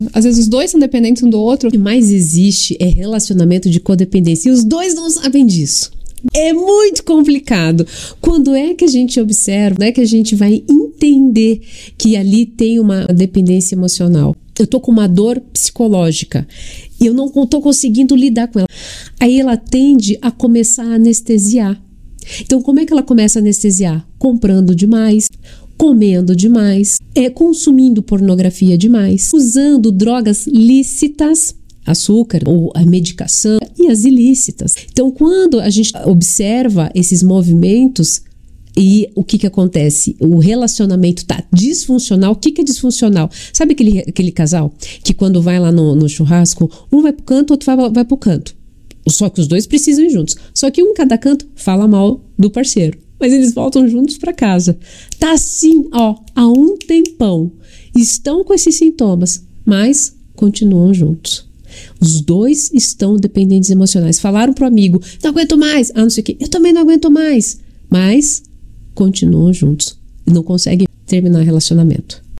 Às vezes os dois são dependentes um do outro. O que mais existe é relacionamento de codependência. E os dois não sabem disso. É muito complicado. Quando é que a gente observa, quando é que a gente vai entender que ali tem uma dependência emocional? Eu tô com uma dor psicológica e eu não tô conseguindo lidar com ela. Aí ela tende a começar a anestesiar. Então, como é que ela começa a anestesiar? Comprando demais, comendo demais, consumindo pornografia demais, usando drogas lícitas, açúcar ou a medicação, e as ilícitas. Então, quando a gente observa esses movimentos e o que acontece? O relacionamento tá disfuncional. O que é disfuncional? Sabe aquele casal que quando vai lá no churrasco, um vai pro canto, o outro vai pro canto. Só que os dois precisam ir juntos. Só que um em cada canto fala mal do parceiro. Mas eles voltam juntos para casa. Tá assim, há um tempão. Estão com esses sintomas, mas continuam juntos. Os dois estão dependentes emocionais. Falaram pro amigo, não aguento mais. Não sei o quê. Eu também não aguento mais. Mas continuam juntos. E não conseguem terminar relacionamento.